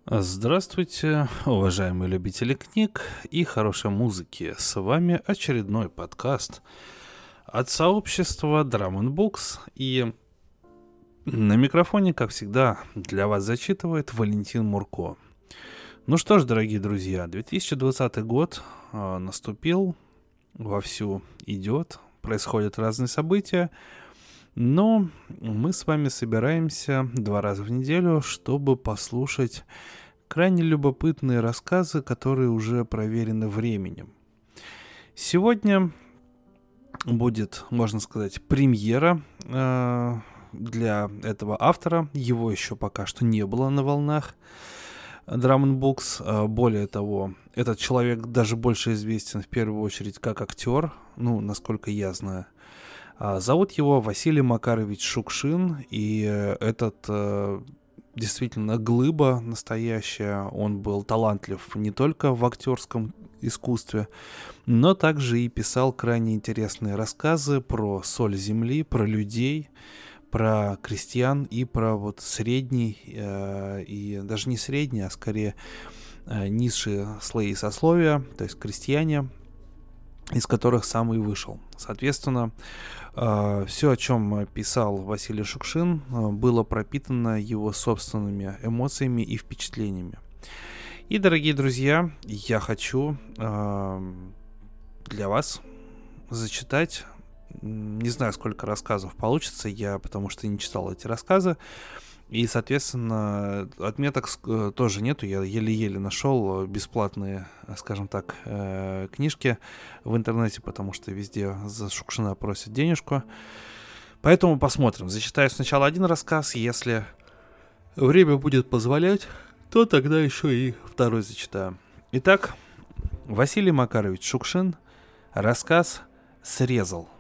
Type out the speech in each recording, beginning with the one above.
Здравствуйте, уважаемые любители книг и хорошей музыки. С вами очередной подкаст от сообщества Drum and Books. И на микрофоне, как всегда, для вас зачитывает Валентин Мурко. Ну что ж, дорогие друзья, 2020 год наступил, вовсю идет, происходят разные события. Но мы с вами собираемся 2 раза в неделю, чтобы послушать крайне любопытные рассказы, которые уже проверены временем. Сегодня будет, можно сказать, премьера для этого автора. Его еще пока что не было на волнах Drum and Books. Более того, этот человек даже больше известен в первую очередь как актер, насколько я знаю. Зовут его Василий Макарович Шукшин, и этот действительно глыба настоящая. Он был талантлив не только в актерском искусстве, но также и писал крайне интересные рассказы про соль земли, про людей, про крестьян и про средний, и даже не средний, а скорее низшие слои сословия, то есть крестьяне, из которых сам и вышел. Соответственно, все, о чем писал Василий Шукшин, было пропитано его собственными эмоциями и впечатлениями. И, дорогие друзья, я хочу для вас зачитать, не знаю, сколько рассказов получится, потому что не читал эти рассказы, и, соответственно, отметок тоже нету. Я еле-еле нашел бесплатные, скажем так, книжки в интернете, потому что везде за Шукшина просят денежку. Поэтому посмотрим. Зачитаю сначала один рассказ. Если время будет позволять, то тогда еще и второй зачитаю. Итак, Василий Макарович Шукшин. Рассказ «Срезал».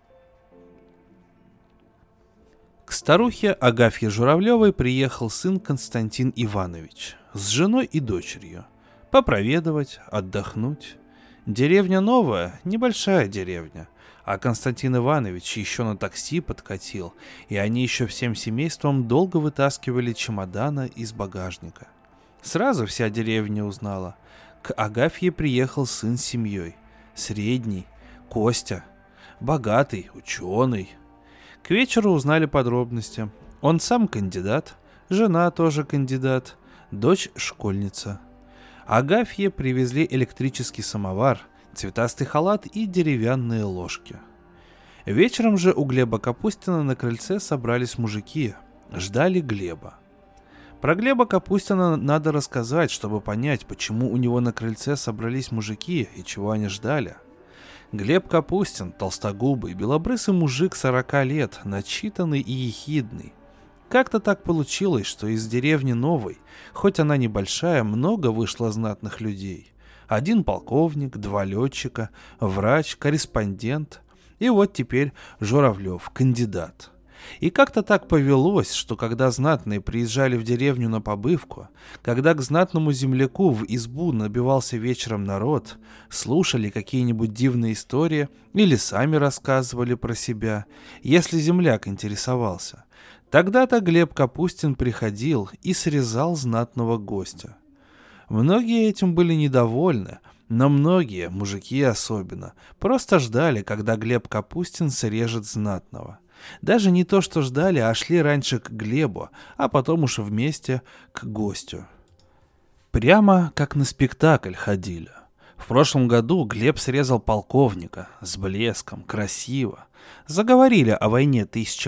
К старухе Агафье Журавлевой приехал сын Константин Иванович с женой и дочерью. Попроведывать, отдохнуть. Деревня новая, небольшая деревня, а Константин Иванович еще на такси подкатил, и они еще всем семейством долго вытаскивали чемодана из багажника. Сразу вся деревня узнала. К Агафье приехал сын с семьей. Средний, Костя, богатый, ученый. К вечеру узнали подробности. Он сам кандидат, жена тоже кандидат, дочь школьница. Агафье привезли электрический самовар, цветастый халат и деревянные ложки. Вечером же у Глеба Капустина на крыльце собрались мужики, ждали Глеба. Про Глеба Капустина надо рассказать, чтобы понять, почему у него на крыльце собрались мужики и чего они ждали. Глеб Капустин, толстогубый, белобрысый мужик 40 лет, начитанный и ехидный. Как-то так получилось, что из деревни Новой, хоть она небольшая, много вышло знатных людей. 1 полковник, 2 летчика, врач, корреспондент. И вот теперь Журавлев, кандидат. И как-то так повелось, что когда знатные приезжали в деревню на побывку, когда к знатному земляку в избу набивался вечером народ, слушали какие-нибудь дивные истории или сами рассказывали про себя, если земляк интересовался, тогда-то Глеб Капустин приходил и срезал знатного гостя. Многие этим были недовольны, но многие, мужики особенно, просто ждали, когда Глеб Капустин срежет знатного. Даже не то, что ждали, а шли раньше к Глебу, а потом уж вместе к гостю. Прямо как на спектакль ходили. В прошлом году Глеб срезал полковника с блеском, красиво. Заговорили о войне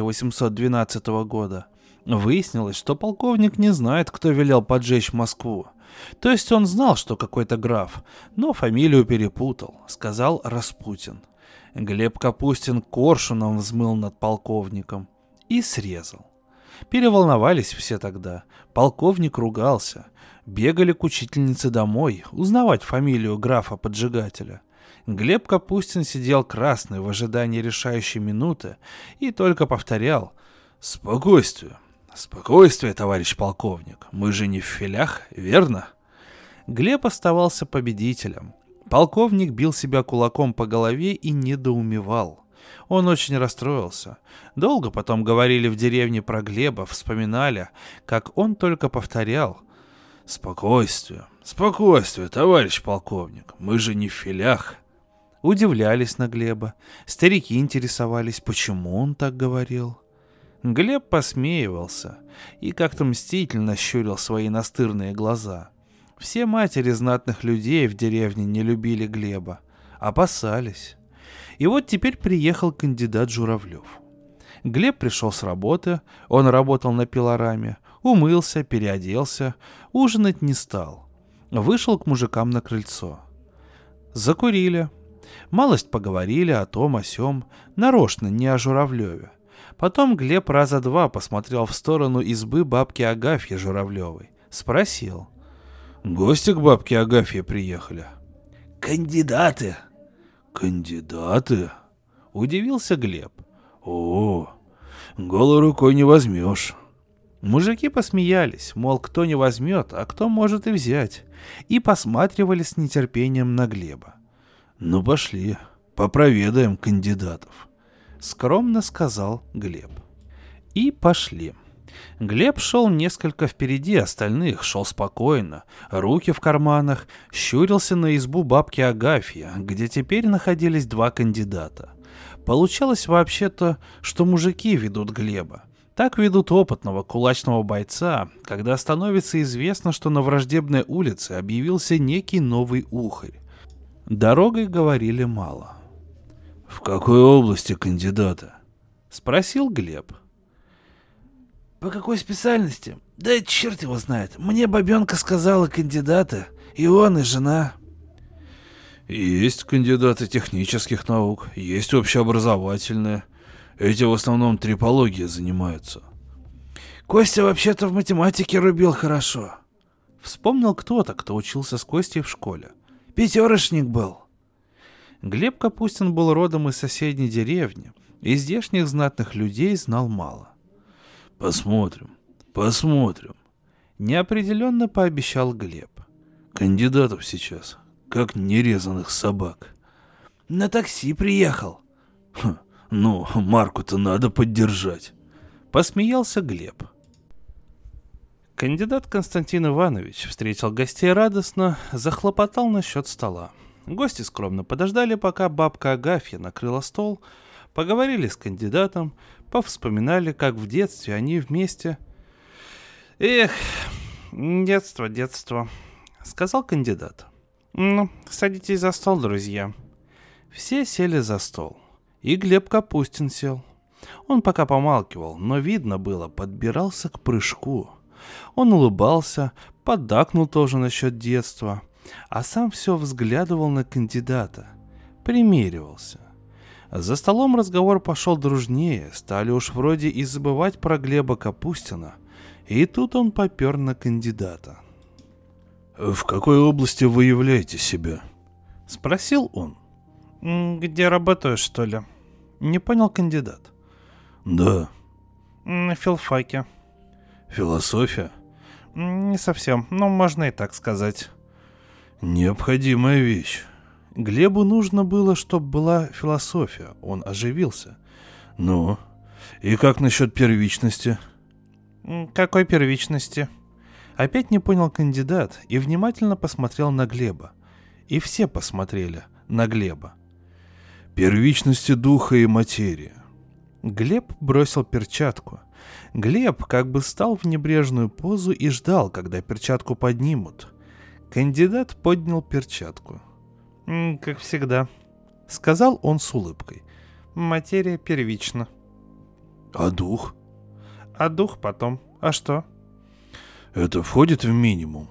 1812 года. Выяснилось, что полковник не знает, кто велел поджечь Москву. То есть он знал, что какой-то граф, но фамилию перепутал, сказал Распутин. Глеб Капустин коршуном взмыл над полковником и срезал. Переволновались все тогда. Полковник ругался. Бегали к учительнице домой узнавать фамилию графа-поджигателя. Глеб Капустин сидел красный в ожидании решающей минуты и только повторял: «Спокойствие, спокойствие, товарищ полковник, мы же не в филях, верно?» Глеб оставался победителем. Полковник бил себя кулаком по голове и недоумевал. Он очень расстроился. Долго потом говорили в деревне про Глеба, вспоминали, как он только повторял: Спокойствие, спокойствие, товарищ полковник, мы же не в филях. Удивлялись на Глеба. Старики интересовались, почему он так говорил. Глеб посмеивался и как-то мстительно щурил свои настырные глаза. Все матери знатных людей в деревне не любили Глеба, опасались. И вот теперь приехал кандидат Журавлев. Глеб пришел с работы, он работал на пилораме, умылся, переоделся, ужинать не стал. Вышел к мужикам на крыльцо. Закурили. Малость поговорили о том, о сём, нарочно, не о Журавлеве. Потом Глеб раза два посмотрел в сторону избы бабки Агафьи Журавлевой. Спросил. «Гости к бабке Агафье приехали?» «Кандидаты». «Кандидаты?» — удивился Глеб. «О, голой рукой не возьмешь». Мужики посмеялись, мол, кто не возьмет, а кто может и взять, и посматривали с нетерпением на Глеба. «Ну пошли, попроведаем кандидатов», — скромно сказал Глеб. И пошли. Глеб шел несколько впереди остальных, шел спокойно, руки в карманах, щурился на избу бабки Агафьи, где теперь находились два кандидата. Получалось вообще-то, что мужики ведут Глеба. Так ведут опытного кулачного бойца, когда становится известно, что на враждебной улице объявился некий новый ухарь. Дорогой говорили мало. «В какой области кандидата?» — спросил Глеб. «По какой специальности? Да черт его знает. Мне бабенка сказала кандидата, и он, и жена». «Есть кандидаты технических наук, есть общеобразовательные. Эти в основном трипологией занимаются». «Костя вообще-то в математике рубил хорошо». Вспомнил кто-то, кто учился с Костей в школе. «Пятерочник был». Глеб Капустин был родом из соседней деревни, и здешних знатных людей знал мало. «Посмотрим, посмотрим», — неопределенно пообещал Глеб. «Кандидатов сейчас, как нерезанных собак». «На такси приехал». «Ну, Марку-то надо поддержать», — посмеялся Глеб. Кандидат Константин Иванович встретил гостей радостно, захлопотал насчет стола. Гости скромно подождали, пока бабка Агафья накрыла стол, поговорили с кандидатом, повспоминали, как в детстве они вместе... «Эх, детство», — сказал кандидат. «Ну, садитесь за стол, друзья». Все сели за стол. И Глеб Капустин сел. Он пока помалкивал, но видно было, подбирался к прыжку. Он улыбался, поддакнул тоже насчет детства, а сам все взглядывал на кандидата, примеривался. За столом разговор пошел дружнее, стали уж вроде и забывать про Глеба Капустина, и тут он попер на кандидата. «В какой области вы являете себя?» — спросил он. «Где работаешь, что ли?» — не понял кандидат. «Да». «На филфаке». «Философия?» «Не совсем, но можно и так сказать». «Необходимая вещь». Глебу нужно было, чтобы была философия. Он оживился. «Ну, и как насчет первичности?» «Какой первичности?» Опять не понял кандидат и внимательно посмотрел на Глеба. И все посмотрели на Глеба. «Первичности духа и материи». Глеб бросил перчатку. Глеб как бы стал в небрежную позу и ждал, когда перчатку поднимут. Кандидат поднял перчатку. «Как всегда», — сказал он с улыбкой. «Материя первична». «А дух?» «А дух потом. А что?» «Это входит в минимум».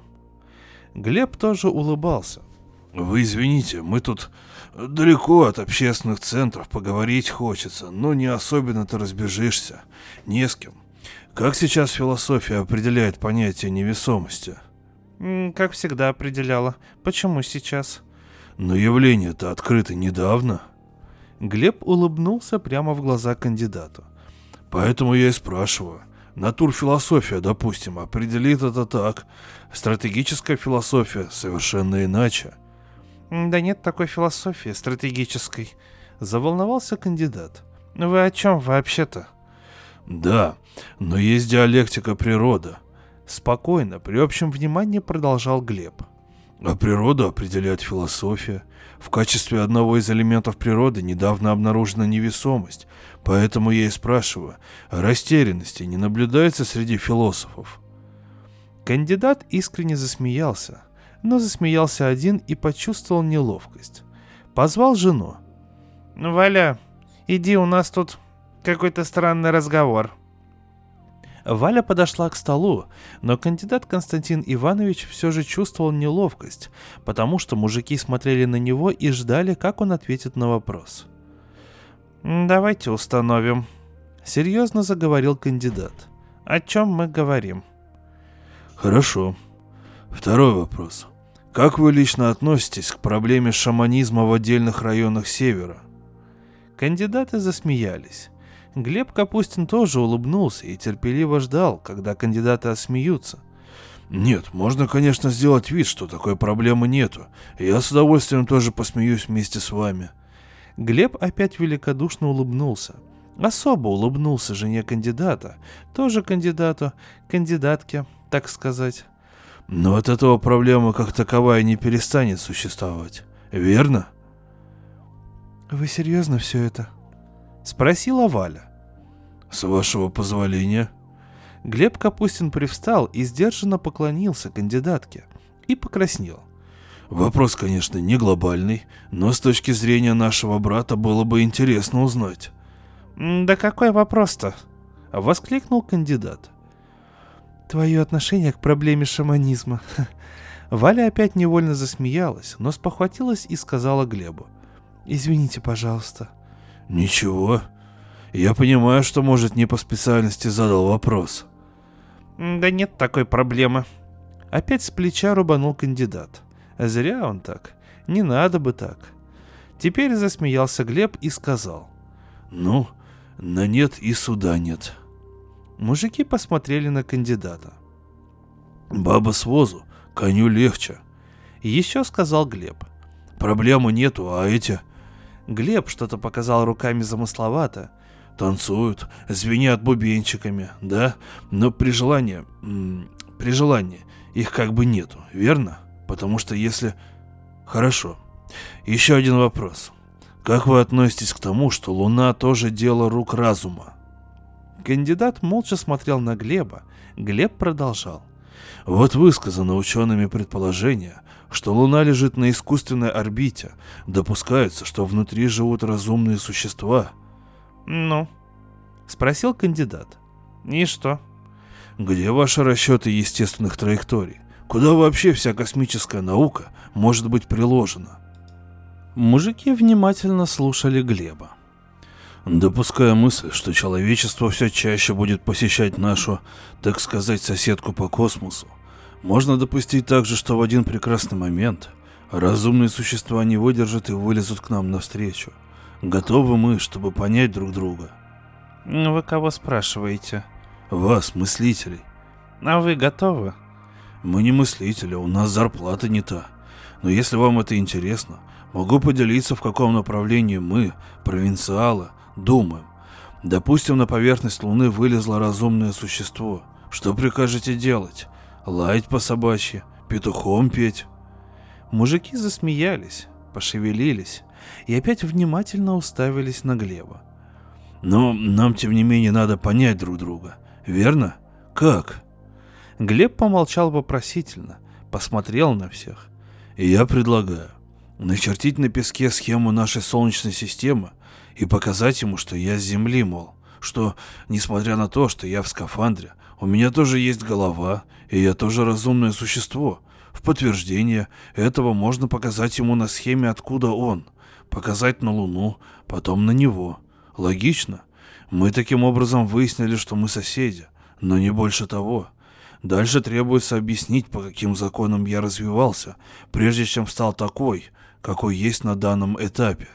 Глеб тоже улыбался. «Вы извините, мы тут далеко от общественных центров, поговорить хочется, но не особенно-то разбежишься. Не с кем. Как сейчас философия определяет понятие невесомости?» «Как всегда определяла. Почему сейчас?» «Но явление-то открыто недавно». Глеб улыбнулся прямо в глаза кандидату. «Поэтому я и спрашиваю. Натурфилософия, допустим, определит это так. Стратегическая философия совершенно иначе». «Да нет такой философии стратегической», — заволновался кандидат. «Вы о чем вообще-то?» «Да, но есть диалектика природы», — Спокойно, при общем внимании продолжал Глеб. А природу определяет философия. В качестве одного из элементов природы недавно обнаружена невесомость, поэтому я и спрашиваю, а растерянности не наблюдается среди философов? Кандидат искренне засмеялся, но засмеялся один и почувствовал неловкость. Позвал жену. «Валя, иди, у нас тут какой-то странный разговор». Валя подошла к столу, но кандидат Константин Иванович все же чувствовал неловкость, потому что мужики смотрели на него и ждали, как он ответит на вопрос. «Давайте установим», — серьезно заговорил кандидат. «О чем мы говорим?» Хорошо. Второй вопрос. Как вы лично относитесь к проблеме шаманизма в отдельных районах Севера? Кандидаты засмеялись. Глеб Капустин тоже улыбнулся и терпеливо ждал, когда кандидаты осмеются. Нет, можно, конечно, сделать вид, что такой проблемы нету. Я с удовольствием тоже посмеюсь вместе с вами. Глеб опять великодушно улыбнулся. Особо улыбнулся жене кандидата, тоже кандидату, кандидатке, так сказать. Но от этого проблема как таковая не перестанет существовать, верно? «Вы серьезно все это?» — спросила Валя. «С вашего позволения». Глеб Капустин привстал и сдержанно поклонился кандидатке и покраснел. «Вопрос, конечно, не глобальный, но с точки зрения нашего брата было бы интересно узнать». «Да какой вопрос-то?» — воскликнул кандидат. «Твое отношение к проблеме шаманизма». Валя опять невольно засмеялась, но спохватилась и сказала Глебу. «Извините, пожалуйста». «Ничего. Я понимаю, что, может, не по специальности задал вопрос». «Да нет такой проблемы». Опять с плеча рубанул кандидат. Зря он так. Не надо бы так. Теперь засмеялся Глеб и сказал. «Ну, на нет и суда нет». Мужики посмотрели на кандидата. «Баба с возу, коню легче». Еще сказал Глеб. «Проблемы нету, а эти...» Глеб что-то показал руками замысловато. «Танцуют, звенят бубенчиками, да? Но при желании их как бы нету, верно? Потому что если... Хорошо. Еще один вопрос. Как вы относитесь к тому, что Луна тоже дело рук разума?» Кандидат молча смотрел на Глеба. Глеб продолжал. «Вот высказано учеными предположение, что Луна лежит на искусственной орбите. Допускается, что внутри живут разумные существа». «Ну?» — спросил кандидат. «И что?» «Где ваши расчеты естественных траекторий? Куда вообще вся космическая наука может быть приложена?» Мужики внимательно слушали Глеба. «Допуская мысль, что человечество все чаще будет посещать нашу, так сказать, соседку по космосу, можно допустить также, что в один прекрасный момент разумные существа не выдержат и вылезут к нам навстречу. Готовы мы, чтобы понять друг друга?» «Вы кого спрашиваете?» «Вас, мыслителей». «А вы готовы?» «Мы не мыслители, у нас зарплата не та. Но если вам это интересно, могу поделиться, в каком направлении мы, провинциалы, думаем. Допустим, на поверхность Луны вылезло разумное существо. Что прикажете делать? Лаять по собачьи? Петухом петь?» Мужики засмеялись, пошевелились и опять внимательно уставились на Глеба. «Но нам, тем не менее, надо понять друг друга. Верно? Как?» Глеб помолчал вопросительно, посмотрел на всех. «И я предлагаю начертить на песке схему нашей Солнечной системы и показать ему, что я с Земли, мол, что, несмотря на то, что я в скафандре, у меня тоже есть голова, и я тоже разумное существо. В подтверждение этого можно показать ему на схеме, откуда он, показать на Луну, потом на него. Логично? Мы таким образом выяснили, что мы соседи, но не больше того. Дальше требуется объяснить, по каким законам я развивался, прежде чем стал такой, какой есть на данном этапе».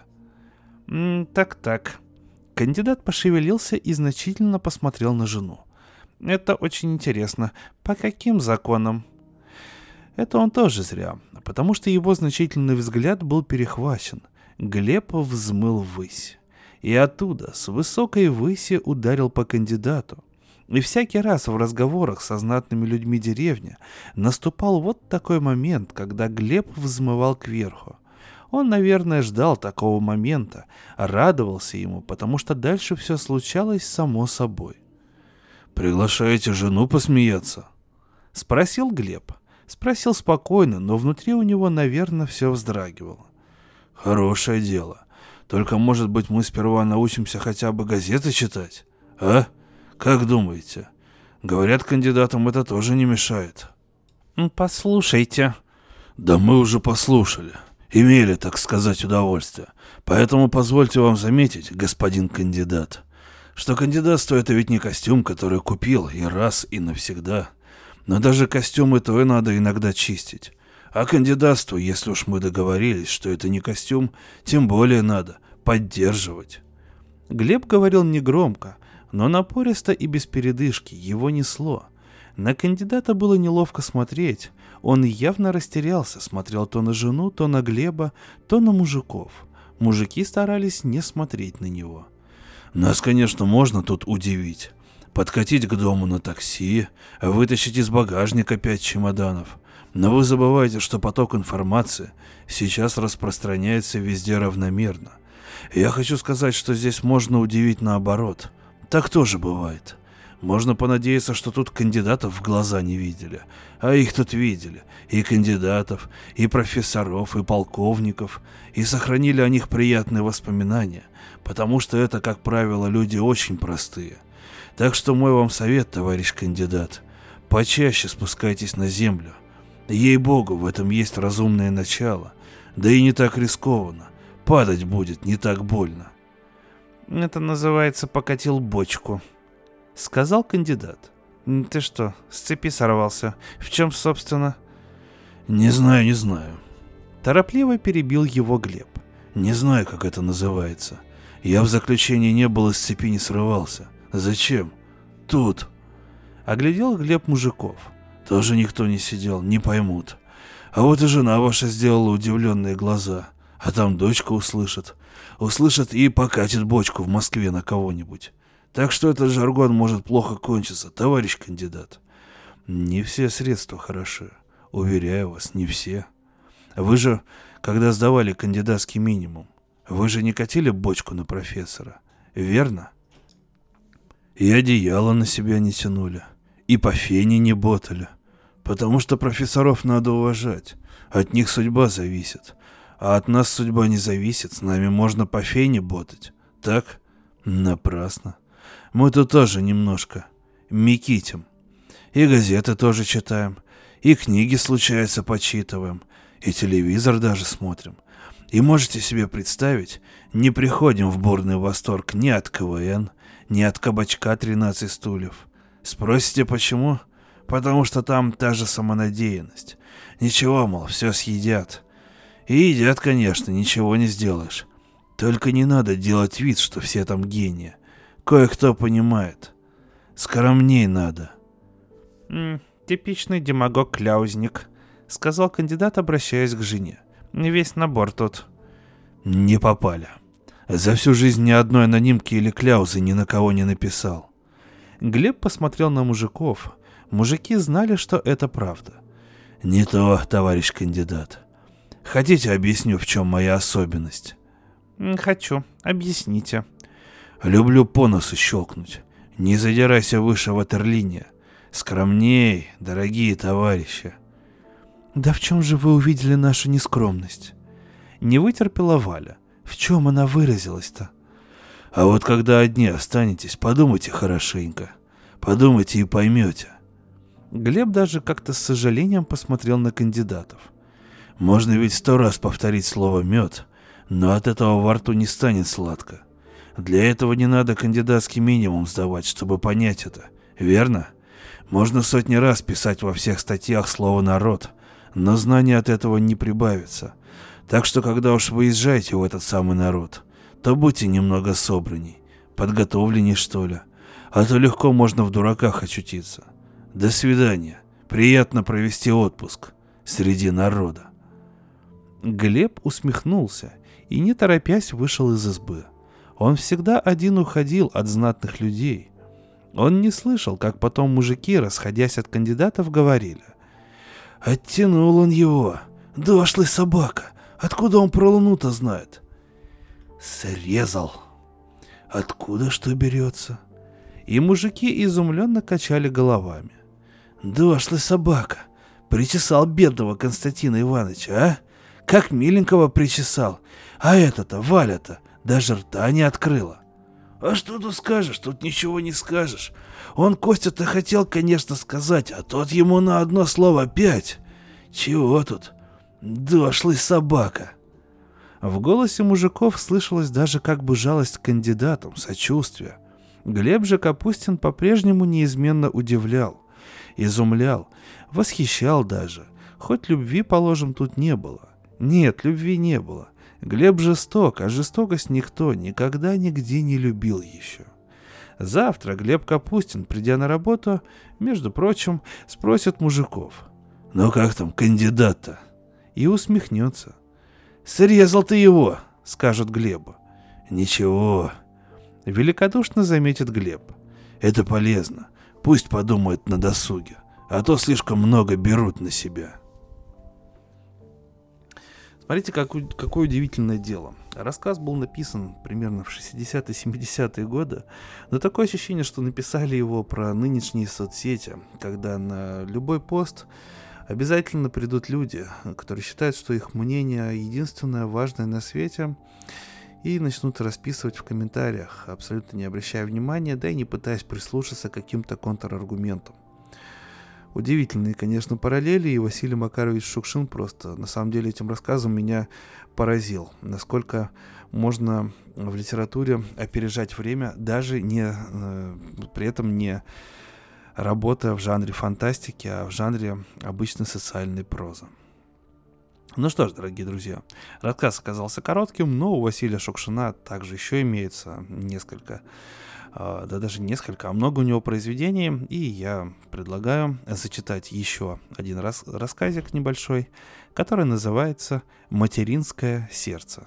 «Так». Кандидат пошевелился и значительно посмотрел на жену. «Это очень интересно. По каким законам?» Это он тоже зря, потому что его значительный взгляд был перехвачен. Глеб взмыл ввысь. И оттуда, с высокой выси, ударил по кандидату. И всякий раз в разговорах со знатными людьми деревни наступал вот такой момент, когда Глеб взмывал кверху. Он, наверное, ждал такого момента, радовался ему, потому что дальше все случалось само собой. «Приглашаете жену посмеяться?» — спросил Глеб. Спросил спокойно, но внутри у него, наверное, все вздрагивало. «Хорошее дело. Только, может быть, мы сперва научимся хотя бы газеты читать? А? Как думаете? Говорят, кандидатам это тоже не мешает». «Послушайте». «Да мы уже послушали. Имели, так сказать, удовольствие. Поэтому позвольте вам заметить, господин кандидат, что кандидатство — это ведь не костюм, который купил и раз, и навсегда. Но даже костюм и то и надо иногда чистить. А кандидатство, если уж мы договорились, что это не костюм, тем более надо поддерживать». Глеб говорил негромко, но напористо и без передышки, его несло. На кандидата было неловко смотреть. Он явно растерялся, смотрел то на жену, то на Глеба, то на мужиков. Мужики старались не смотреть на него. «Нас, конечно, можно тут удивить. Подкатить к дому на такси, вытащить из багажника 5 чемоданов. Но вы забываете, что поток информации сейчас распространяется везде равномерно. Я хочу сказать, что здесь можно удивить наоборот. Так тоже бывает. Можно понадеяться, что тут кандидатов в глаза не видели, а их тут видели. И кандидатов, и профессоров, и полковников, и сохранили о них приятные воспоминания, потому что это, как правило, люди очень простые. Так что мой вам совет, товарищ кандидат, почаще спускайтесь на землю. Ей-богу, в этом есть разумное начало, да и не так рискованно. Падать будет не так больно». «Это называется покатил бочку», — сказал кандидат. «Ты что, с цепи сорвался? В чем, собственно?» Не знаю. Торопливо перебил его Глеб. Не знаю, как это называется. Я в заключении не был и с цепи не срывался. Зачем? Тут». Оглядел Глеб мужиков. «Тоже никто не сидел, не поймут. А вот и жена ваша сделала удивленные глаза. А там дочка услышит. Услышит и покатит бочку в Москве на кого-нибудь. Так что этот жаргон может плохо кончиться, товарищ кандидат. Не все средства хороши. Уверяю вас, не все. Вы же, когда сдавали кандидатский минимум, вы же не катили бочку на профессора, верно? И одеяло на себя не тянули, и по фене не ботали. Потому что профессоров надо уважать. От них судьба зависит. А от нас судьба не зависит, с нами можно по фене ботать. Так? Напрасно. Мы тут тоже немножко мекитим. И газеты тоже читаем, и книги, случается, почитываем, и телевизор даже смотрим. И можете себе представить, не приходим в бурный восторг ни от КВН, ни от кабачка 13 стульев. Спросите, почему? Потому что там та же самонадеянность. Ничего, мол, все съедят. И едят, конечно, ничего не сделаешь. Только не надо делать вид, что все там гении. Кое-кто понимает. Скромней надо. «Типичный демагог-кляузник», — сказал кандидат, обращаясь к жене. «Весь набор тут». Не попали. За всю жизнь ни одной анонимки или кляузы ни на кого не написал. Глеб посмотрел на мужиков. Мужики знали, что это правда. Не то, товарищ кандидат. Хотите, объясню, в чем моя особенность? «Хочу. Объясните». Люблю по носу щелкнуть. Не задирайся выше ватерлинии. Скромней, дорогие товарищи. «Да в чем же вы увидели нашу нескромность?» Не вытерпела Валя. В чем она выразилась-то? А вот когда одни останетесь, подумайте хорошенько. Подумайте и поймете. Глеб даже как-то с сожалением посмотрел на кандидатов. Можно ведь 100 раз повторить слово «мед», но от этого во рту не станет сладко. Для этого не надо кандидатский минимум сдавать, чтобы понять это. Верно? Можно сотни раз писать во всех статьях слово «народ», но знания от этого не прибавится. Так что, когда уж выезжаете в этот самый народ, то будьте немного собранней, подготовленней, что ли. А то легко можно в дураках очутиться. До свидания. Приятно провести отпуск среди народа. Глеб усмехнулся и, не торопясь, вышел из избы. Он всегда один уходил от знатных людей. Он не слышал, как потом мужики, расходясь от кандидатов, говорили: «Оттянул он его. Дошлый собака. Откуда он про Луну-то знает?» «Срезал. Откуда что берется?» И мужики изумленно качали головами. «Дошлый собака. Причесал бедного Константина Ивановича, а? Как миленького причесал. А это-то, Валя-то, даже рта не открыла». «А что тут скажешь? Тут ничего не скажешь. Он Костя-то хотел, конечно, сказать, а тот ему на одно слово 5. Чего тут? Дошлый собака». В голосе мужиков слышалось даже как бы жалость к кандидатам, сочувствие. Глеб же Капустин по-прежнему неизменно удивлял, изумлял, восхищал даже. Хоть любви, положим, тут не было. Нет, любви не было. Глеб жесток, а жестокость никто никогда нигде не любил еще. Завтра Глеб Капустин, придя на работу, между прочим, спросит мужиков: «Ну как там кандидат-то?» И усмехнется. «Срезал ты его», — скажет Глебу. «Ничего», — великодушно заметит Глеб. «Это полезно. Пусть подумает на досуге, а то слишком много берут на себя». Смотрите, какое удивительное дело. Рассказ был написан примерно в 60-е, 70-е годы, но такое ощущение, что написали его про нынешние соцсети, когда на любой пост обязательно придут люди, которые считают, что их мнение единственное важное на свете, и начнут расписывать в комментариях, абсолютно не обращая внимания, да и не пытаясь прислушаться к каким-то контраргументам. Удивительные, конечно, параллели, и Василий Макарович Шукшин просто, на самом деле, этим рассказом меня поразил. Насколько можно в литературе опережать время, даже при этом не работая в жанре фантастики, а в жанре обычной социальной прозы. Ну что ж, дорогие друзья, рассказ оказался коротким, но у Василия Шукшина также еще имеется много у него произведений, и я предлагаю зачитать еще один рассказик небольшой, который называется «Материнское сердце».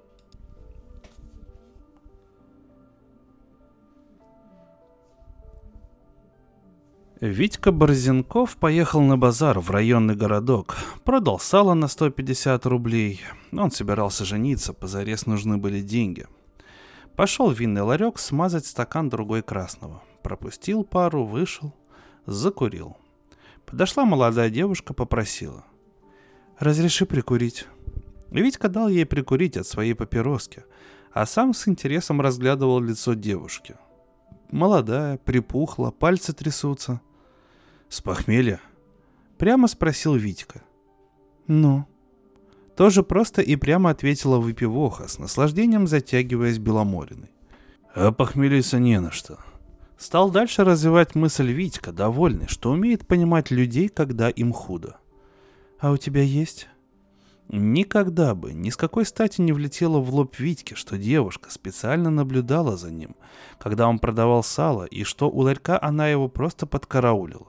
Витька Борзенков поехал на базар в районный городок, продал сало на 150 рублей. Он собирался жениться, позарез нужны были деньги. Пошел в винный ларек смазать стакан другой красного. Пропустил пару, вышел, закурил. Подошла молодая девушка, попросила: «Разреши прикурить». Витька дал ей прикурить от своей папироски, а сам с интересом разглядывал лицо девушки. Молодая, припухла, пальцы трясутся. «С похмелья?» — прямо спросил Витька. «Ну?» Тоже просто и прямо ответила выпивоха, с наслаждением затягиваясь беломориной. «А похмелиться не на что». Стал дальше развивать мысль Витька, довольный, что умеет понимать людей, когда им худо. «А у тебя есть?» Никогда бы, ни с какой стати не влетело в лоб Витьке, что девушка специально наблюдала за ним, когда он продавал сало, и что у ларька она его просто подкараулила.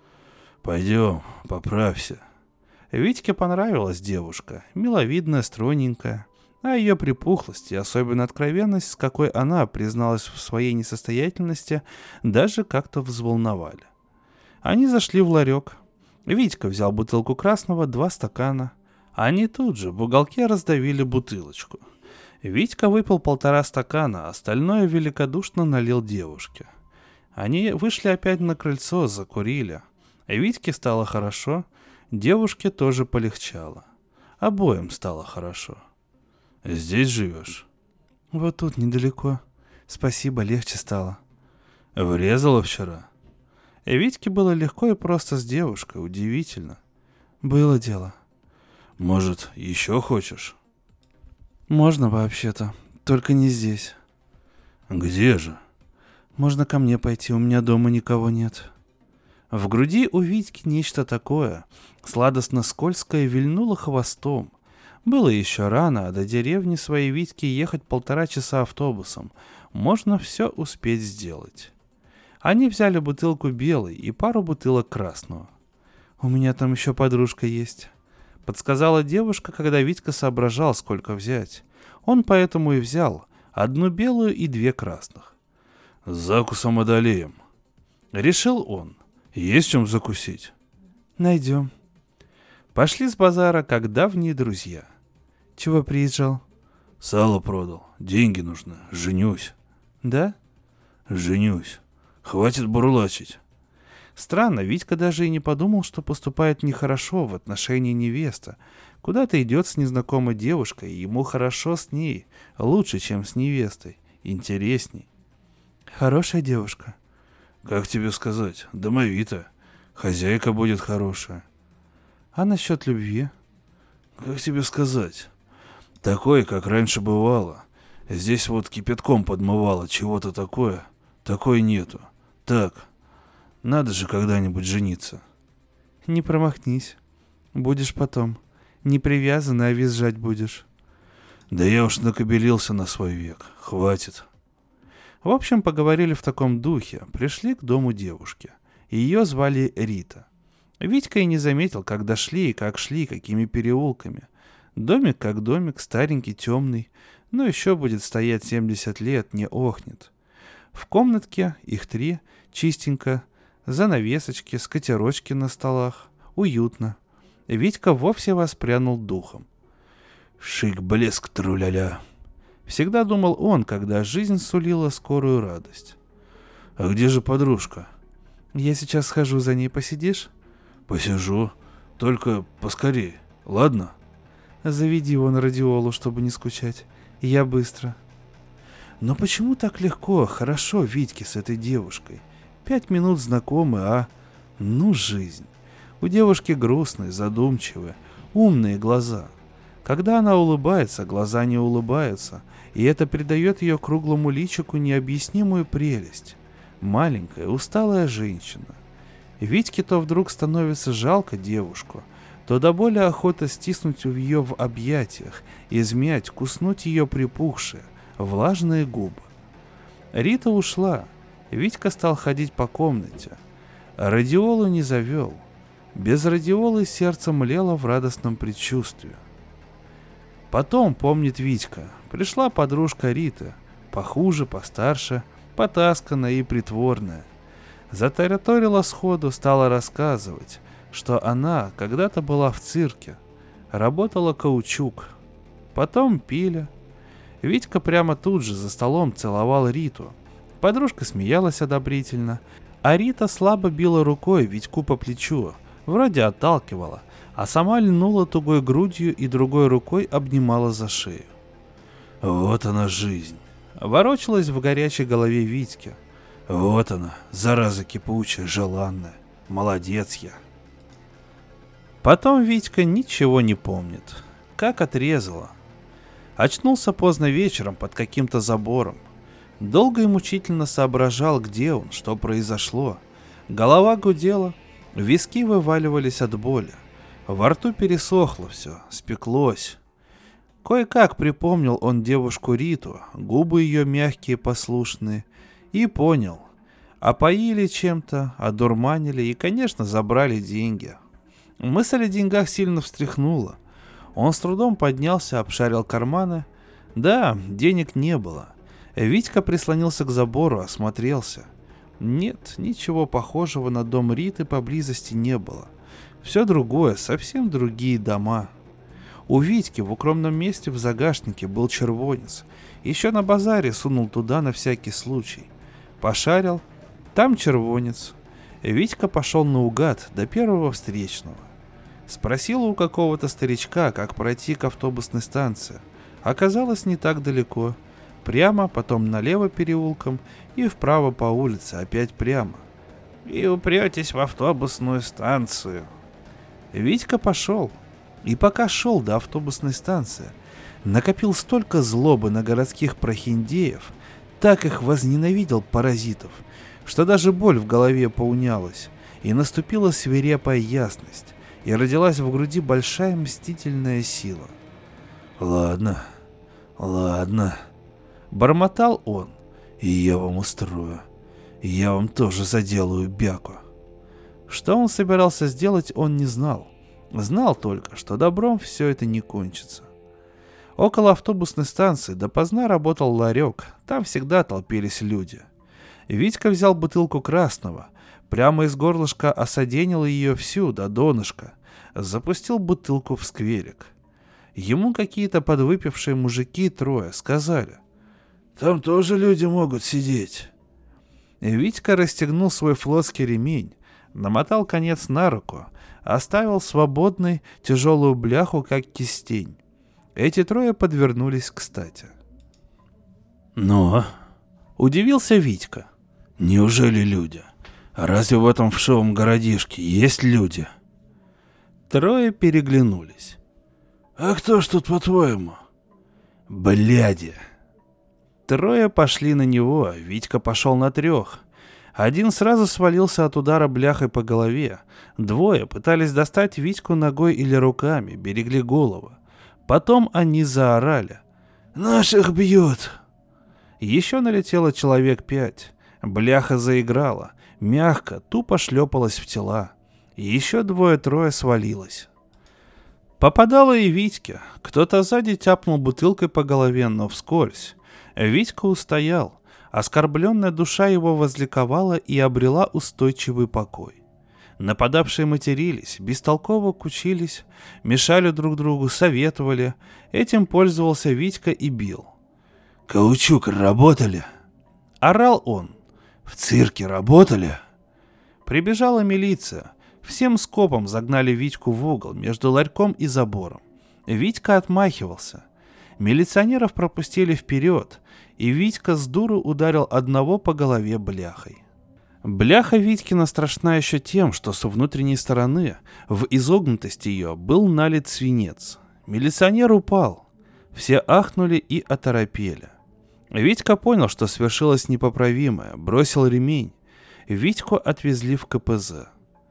«Пойдем, поправься». Витьке понравилась девушка, миловидная, стройненькая, а ее припухлость и особенно откровенность, с какой она призналась в своей несостоятельности, даже как-то взволновали. Они зашли в ларек. Витька взял бутылку красного, 2 стакана. Они тут же в уголке раздавили бутылочку. Витька выпил 1,5 стакана, остальное великодушно налил девушке. Они вышли опять на крыльцо, закурили. Витьке стало хорошо, девушке тоже полегчало. Обоим стало хорошо. «Здесь живешь?» «Вот тут, недалеко. Спасибо, легче стало». «Врезала вчера?» Витьке было легко и просто с девушкой, удивительно. «Было дело». «Может, еще хочешь?» «Можно вообще-то, только не здесь». «Где же?» «Можно ко мне пойти, у меня дома никого нет». В груди у Витьки нечто такое, сладостно-скользкое, вильнуло хвостом. Было еще рано, а до деревни своей Витьки ехать 1,5 часа автобусом. Можно все успеть сделать. Они взяли бутылку белой и пару бутылок красного. «У меня там еще подружка есть», — подсказала девушка, когда Витька соображал, сколько взять. Он поэтому и взял 1 белую и 2 красных. «С закусом одолеем». Решил он. Есть чем закусить? Найдем. Пошли с базара, как давние друзья. Чего приезжал? Сало продал. Деньги нужны. Женюсь. Да? Женюсь. Хватит бурлачить. Странно, Витька даже и не подумал, что поступает нехорошо в отношении невесты. Куда-то идет с незнакомой девушкой, и ему хорошо с ней, лучше, чем с невестой, интересней. Хорошая девушка. Как тебе сказать, домовитая. Хозяйка будет хорошая. А насчет любви? Как тебе сказать? Такой, как раньше бывало. Здесь вот кипятком подмывало чего-то такое. Такой нету. Так, надо же когда-нибудь жениться. Не промахнись. Будешь потом. Не привязан, а визжать будешь. Да я уж накобелился на свой век. Хватит. В общем, поговорили в таком духе. Пришли к дому девушки. Ее звали Рита. Витька и не заметил, как дошли и как шли, какими переулками. Домик как домик, старенький, темный. Но еще будет стоять 70 лет, не охнет. В комнатке, их 3, чистенько, занавесочки, скатерочки на столах. Уютно. Витька вовсе воспрянул духом. Шик-блеск, тру-ля-ля. Всегда думал он, когда жизнь сулила скорую радость. А где же подружка? Я сейчас схожу за ней, посидишь? Посижу. Только поскорей, ладно? Заведи вон радиолу, чтобы не скучать. Я быстро. Но почему так легко, хорошо Витьке с этой девушкой? 5 минут знакомы, а... Ну, жизнь. У девушки грустные, задумчивые, умные глаза. Когда она улыбается, глаза не улыбаются, и это придает ее круглому личику необъяснимую прелесть. Маленькая, усталая женщина. Витьке то вдруг становится жалко девушку, то до боли охота стиснуть ее в объятиях, измять, куснуть ее припухшие, влажные губы. Рита ушла. Витька стал ходить по комнате. Радиолу не завел. Без радиолы сердце млело в радостном предчувствии. Потом, помнит Витька, пришла подружка Риты, похуже, постарше, потасканная и притворная. Затараторила сходу, стала рассказывать, что она когда-то была в цирке, работала каучук. Потом пили. Витька прямо тут же за столом целовал Риту. Подружка смеялась одобрительно, а Рита слабо била рукой Витьку по плечу, вроде отталкивала, а сама льнула тугой грудью и другой рукой обнимала за шею. Вот она жизнь. Ворочалась в горячей голове Витьки. Вот она, зараза кипучая, желанная. Молодец я. Потом Витька ничего не помнит. Как отрезало. Очнулся поздно вечером под каким-то забором. Долго и мучительно соображал, где он, что произошло. Голова гудела, виски вываливались от боли. Во рту пересохло все, спеклось. Кое-как припомнил он девушку Риту, губы ее мягкие, послушные, и понял. Опоили чем-то, одурманили и, конечно, забрали деньги. Мысль о деньгах сильно встряхнула. Он с трудом поднялся, обшарил карманы. Да, денег не было. Витька прислонился к забору, осмотрелся. Нет, ничего похожего на дом Риты поблизости не было. Все другое, совсем другие дома. У Витьки в укромном месте в загашнике был червонец. Еще на базаре сунул туда на всякий случай. Пошарил, там червонец. Витька пошел наугад до первого встречного. Спросил у какого-то старичка, как пройти к автобусной станции. Оказалось, не так далеко. Прямо, потом налево переулком и вправо по улице, опять прямо. И упретесь в автобусную станцию. Витька пошел. И пока шел до автобусной станции, накопил столько злобы на городских прохиндеев, так их возненавидел паразитов, что даже боль в голове поунялась, и наступила свирепая ясность, и родилась в груди большая мстительная сила. Ладно, бормотал он. И я вам устрою. Я вам тоже заделаю бяку. Что он собирался сделать, он не знал. Знал только, что добром все это не кончится. Около автобусной станции допоздна работал ларек, там всегда толпились люди. Витька взял бутылку красного, прямо из горлышка осаденил ее всю до донышка, запустил бутылку в скверик. Ему какие-то подвыпившие мужики трое сказали: «Там тоже люди могут сидеть». Витька расстегнул свой флотский ремень, намотал конец на руку, оставил свободной тяжелую бляху, как кистень. Эти трое подвернулись кстати. «Но?» — удивился Витька. «Неужели люди? А разве в этом вшивом городишке есть люди?» Трое переглянулись. «А кто ж тут, по-твоему?» «Бляди!» Трое пошли на него, а Витька пошел на трех. Один сразу свалился от удара бляхой по голове. Двое пытались достать Витьку ногой или руками, берегли голову. Потом они заорали: «Наших бьют!» Еще налетело человек 5. Бляха заиграла, мягко, тупо шлепалась в тела. Еще двое-трое свалилось. Попадало и Витьке. Кто-то сзади тяпнул бутылкой по голове, но вскользь. Витька устоял. Оскорбленная душа его возликовала и обрела устойчивый покой. Нападавшие матерились, бестолково кучились, мешали друг другу, советовали. Этим пользовался Витька и бил. «Каучук работали?» — орал он. «В цирке работали?» Прибежала милиция. Всем скопом загнали Витьку в угол между ларьком и забором. Витька отмахивался. Милиционеров пропустили вперед, и Витька с дуру ударил одного по голове бляхой. Бляха Витькина страшна еще тем, что со внутренней стороны, в изогнутости ее, был налит свинец. Милиционер упал. Все ахнули и оторопели. Витька понял, что свершилось непоправимое, бросил ремень. Витьку отвезли в КПЗ.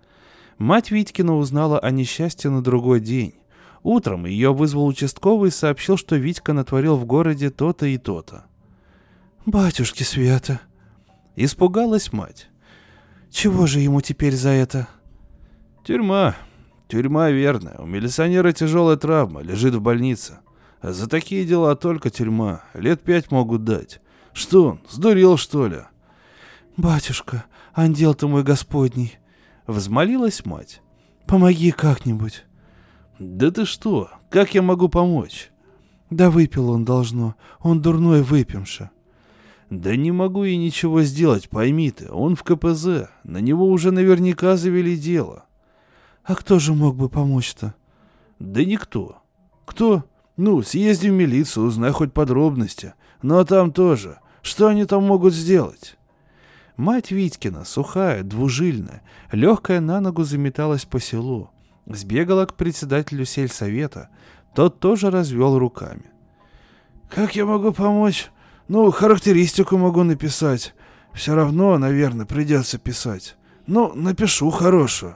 Мать Витькина узнала о несчастье на другой день. Утром ее вызвал участковый и сообщил, что Витька натворил в городе то-то и то-то. «Батюшки Света!» — испугалась мать. «Чего же ему теперь за это?» «Тюрьма. Тюрьма верная. У милиционера тяжелая травма, лежит в больнице. А за такие дела только тюрьма. Лет 5 могут дать. Что он, сдурел, что ли?» «Батюшка, ангел ты мой Господний!» — взмолилась мать. «Помоги как-нибудь!» «Да ты что? Как я могу помочь?» «Да выпил он должно. Он дурной выпивша». «Да не могу я ничего сделать, пойми ты. Он в КПЗ. На него уже наверняка завели дело». «А кто же мог бы помочь-то?» «Да никто». «Кто? Ну, съезди в милицию, узнай хоть подробности. Ну а там тоже. Что они там могут сделать?» Мать Витькина, сухая, двужильная, легкая на ногу, заметалась по селу. Сбегала к председателю сельсовета. Тот тоже развел руками. «Как я могу помочь? Ну, характеристику могу написать. Все равно, наверное, придется писать. Ну, напишу хорошую».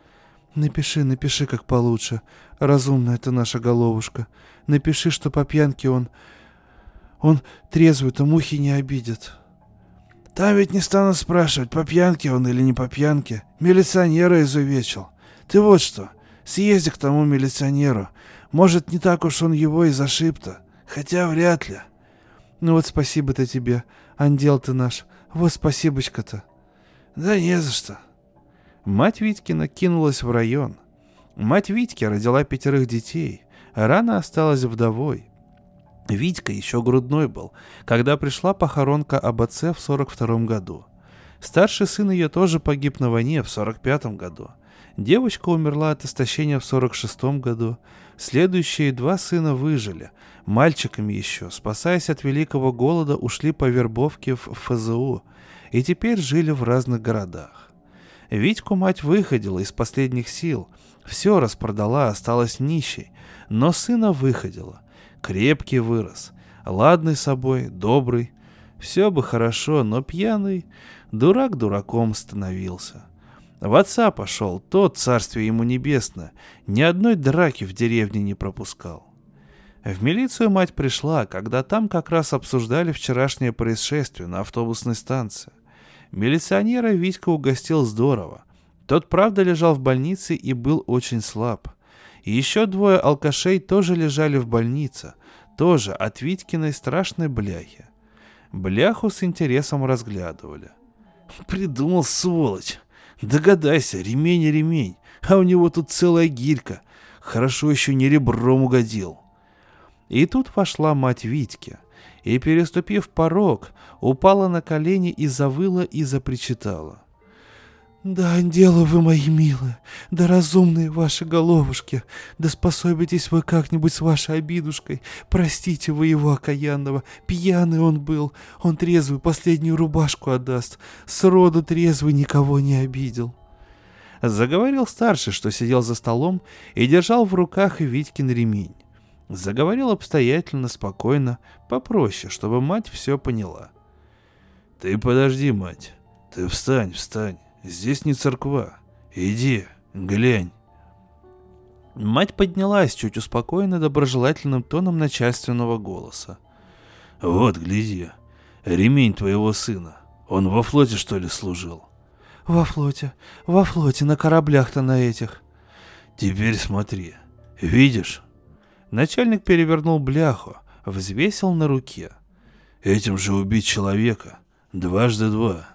«Напиши, как получше. Разумная ты наша головушка. Напиши, что по пьянке он трезвый-то мухи не обидит». «Там ведь не стану спрашивать, по пьянке он или не по пьянке. Милиционера изувечил. Ты вот что, съезди к тому милиционеру. Может, не так уж он его и зашиб-то. Хотя вряд ли». «Ну вот спасибо-то тебе, ангел ты наш. Вот спасибочка-то». «Да не за что». Мать Витькина кинулась в район. Мать Витьки родила 5 детей. Рано осталась вдовой. Витька еще грудной был, когда пришла похоронка об отце в 42-м году. Старший сын ее тоже погиб на войне в 45-м году. Девочка умерла от истощения в 46-м году. Следующие 2 сына выжили. Мальчиками еще, спасаясь от великого голода, ушли по вербовке в ФЗУ и теперь жили в разных городах. Витьку мать выходила из последних сил. Все распродала, осталась нищей. Но сына выходила. Крепкий вырос, ладный собой, добрый. Все бы хорошо, но пьяный, дурак дураком становился. В отца пошел, тот, царствие ему небесное, ни одной драки в деревне не пропускал. В милицию мать пришла, когда там как раз обсуждали вчерашнее происшествие на автобусной станции. Милиционера Витька угостил здорово. Тот, правда, лежал в больнице и был очень слаб. И еще 2 алкашей тоже лежали в больнице, тоже от Витькиной страшной бляхи. Бляху с интересом разглядывали. «Придумал, сволочь! Догадайся, ремень и ремень, а у него тут целая гирька. Хорошо еще не ребром угодил. И тут вошла мать Витьки, и, переступив порог, упала на колени и завыла и запричитала. «Да, дело вы мои милые, да разумные ваши головушки, да способитесь вы как-нибудь с вашей обидушкой, простите вы его окаянного, пьяный он был, он трезвый последнюю рубашку отдаст, сроду трезвый никого не обидел». Заговорил старший, что сидел за столом и держал в руках Витькин ремень. Заговорил обстоятельно, спокойно, попроще, чтобы мать все поняла. «Ты подожди, мать, ты встань, встань. Здесь не церква. Иди, глянь». Мать поднялась чуть успокоенно доброжелательным тоном начальственного голоса. «Вот, гляди, ремень твоего сына. Он во флоте, что ли, служил?» Во флоте, на кораблях-то на этих». «Теперь смотри, видишь?» Начальник перевернул бляху, взвесил на руке. «Этим же убить человека. 2 × 2.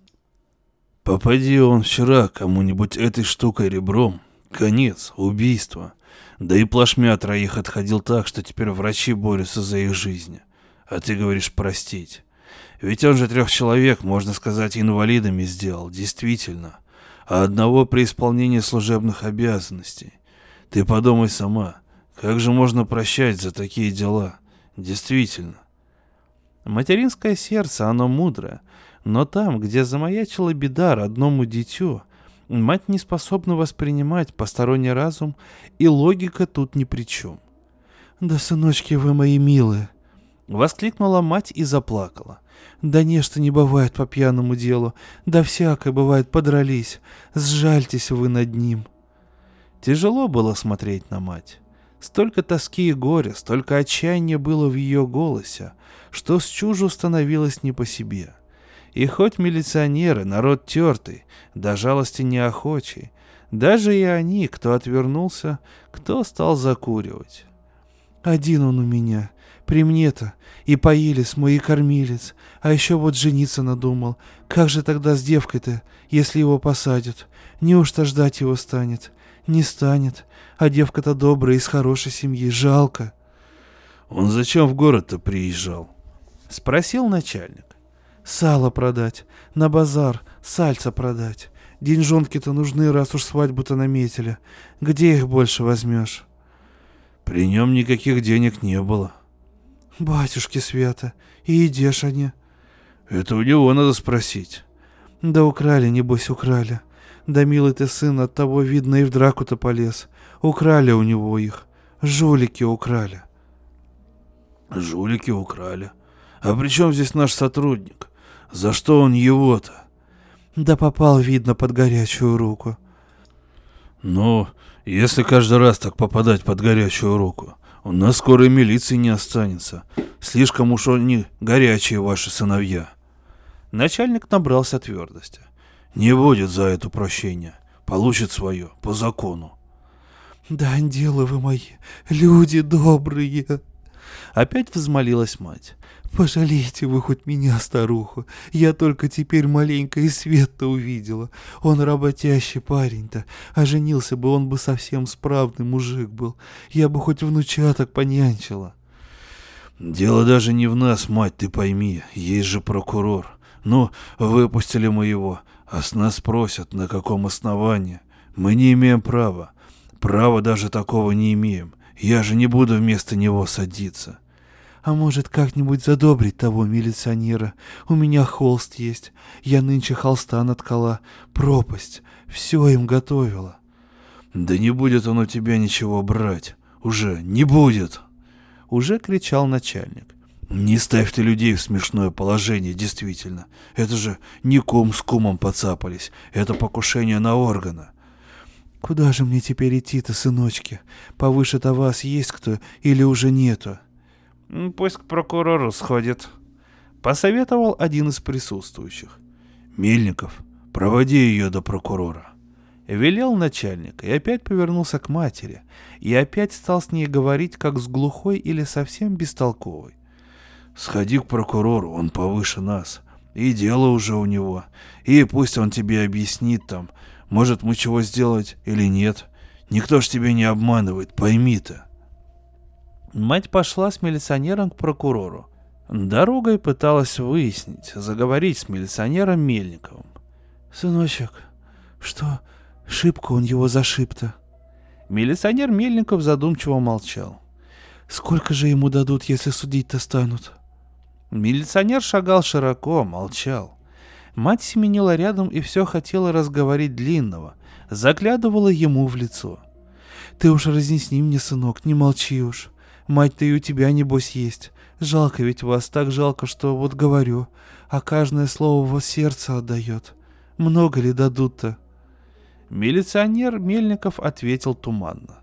Попади он вчера кому-нибудь этой штукой ребром, конец, убийство. Да и плашмя 3 отходил так, что теперь врачи борются за их жизни. А ты говоришь простить. Ведь он же 3 человек, можно сказать, инвалидами сделал, действительно. А одного при исполнении служебных обязанностей. Ты подумай сама, как же можно прощать за такие дела? Действительно». Материнское сердце, оно мудрое, но там, где замаячила беда родному дитю, мать не способна воспринимать посторонний разум, и логика тут ни при чем. «Да, сыночки вы мои милые!» — воскликнула мать и заплакала. «Да нечто не бывает по пьяному делу, да всякое бывает, подрались, сжальтесь вы над ним». Тяжело было смотреть на мать. Столько тоски и горя, столько отчаяния было в ее голосе, что с чужу становилось не по себе. И хоть милиционеры, народ тертый, до жалости неохочий, даже и они, кто отвернулся, кто стал закуривать. «Один он у меня, при мне-то, и поились мой, и кормилец, а еще вот жениться надумал. Как же тогда с девкой-то, если его посадят? Неужто ждать его станет? Не станет, а девка-то добрая, из хорошей семьи, жалко». «Он зачем в город-то приезжал?» — спросил начальник. «Сало продать, на базар, сальца продать. Деньжонки-то нужны, раз уж свадьбу-то наметили. Где их больше возьмешь?» «При нем никаких денег не было». «Батюшки свято, и идешь они». «Это у него надо спросить». «Да украли, небось, украли. Да милый ты сын, от того, видно, и в драку-то полез. Украли у него их. Жулики украли». «Жулики украли. А при чем здесь наш сотрудник? За что он его-то?» «Да попал, видно, под горячую руку». «Ну, если каждый раз так попадать под горячую руку, у нас скоро и милиции не останется. Слишком уж они горячие, ваши сыновья». Начальник набрался твердости. «Не будет за это прощения. Получит свое, по закону». «Да, ангелы вы мои, люди добрые!» Опять взмолилась мать. «Пожалейте вы хоть меня, старуху. Я только теперь маленько и свет-то увидела. Он работящий парень-то, а женился бы, он бы совсем справный мужик был. Я бы хоть внучаток понянчила». «Дело даже не в нас, мать, ты пойми. Есть же прокурор. Ну, выпустили мы его, а с нас просят, на каком основании. Мы не имеем права. Права даже такого не имеем. Я же не буду вместо него садиться». «А может, как-нибудь задобрить того милиционера? У меня холст есть. Я нынче холста наткала. Пропасть. Все им готовила». «Да не будет он у тебя ничего брать. Уже не будет!» Уже кричал начальник. «Не ставь ты людей в смешное положение, действительно. Это же не кум с кумом поцапались. Это покушение на органы». «Куда же мне теперь идти-то, сыночки? Повыше-то вас есть кто или уже нету?» «Пусть к прокурору сходит», — посоветовал один из присутствующих. «Мельников, проводи ее до прокурора», — велел начальник, и опять повернулся к матери, и опять стал с ней говорить, как с глухой или совсем бестолковой. «Сходи к прокурору, он повыше нас. И дело уже у него. И пусть он тебе объяснит там, может мы чего сделать или нет. Никто ж тебя не обманывает, пойми ты. Мать пошла с милиционером к прокурору. Дорогой пыталась выяснить, заговорить с милиционером Мельниковым. «Сыночек, что, шибко он его зашиб-то?» Милиционер Мельников задумчиво молчал. «Сколько же ему дадут, если судить-то станут?» Милиционер шагал широко, молчал. Мать семенила рядом и все хотела разговорить Длинного, заглядывала ему в лицо. «Ты уж разъясни мне, сынок, не молчи уж. Мать-то и у тебя, небось, есть. Жалко ведь вас, так жалко, что вот говорю, а каждое слово вас сердце отдает. Много ли дадут-то?» Милиционер Мельников ответил туманно.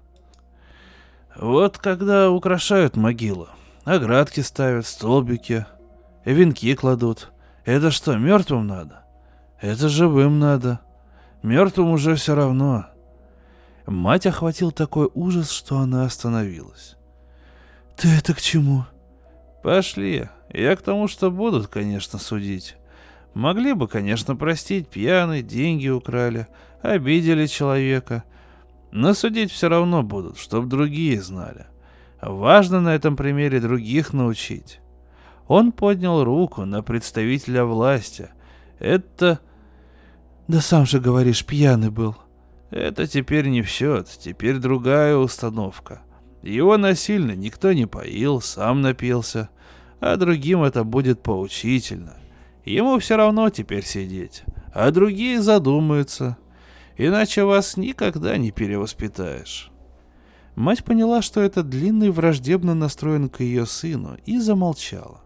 «Вот когда украшают могилу, оградки ставят, столбики, венки кладут. Это что, мертвым надо? Это живым надо. Мертвым уже все равно». Мать охватил такой ужас, что она остановилась. «Ты это к чему?» «Пошли. Я к тому, что будут, конечно, судить. Могли бы, конечно, простить, пьяный, деньги украли, обидели человека. Но судить все равно будут, чтоб другие знали. Важно на этом примере других научить». Он поднял руку на представителя власти. «Это...» «Да сам же говоришь, пьяный был». «Это теперь не в счет, теперь другая установка. Его насильно никто не поил, сам напился, а другим это будет поучительно. Ему все равно теперь сидеть, а другие задумаются, иначе вас никогда не перевоспитаешь». Мать поняла, что этот Длинный враждебно настроен к ее сыну, и замолчала.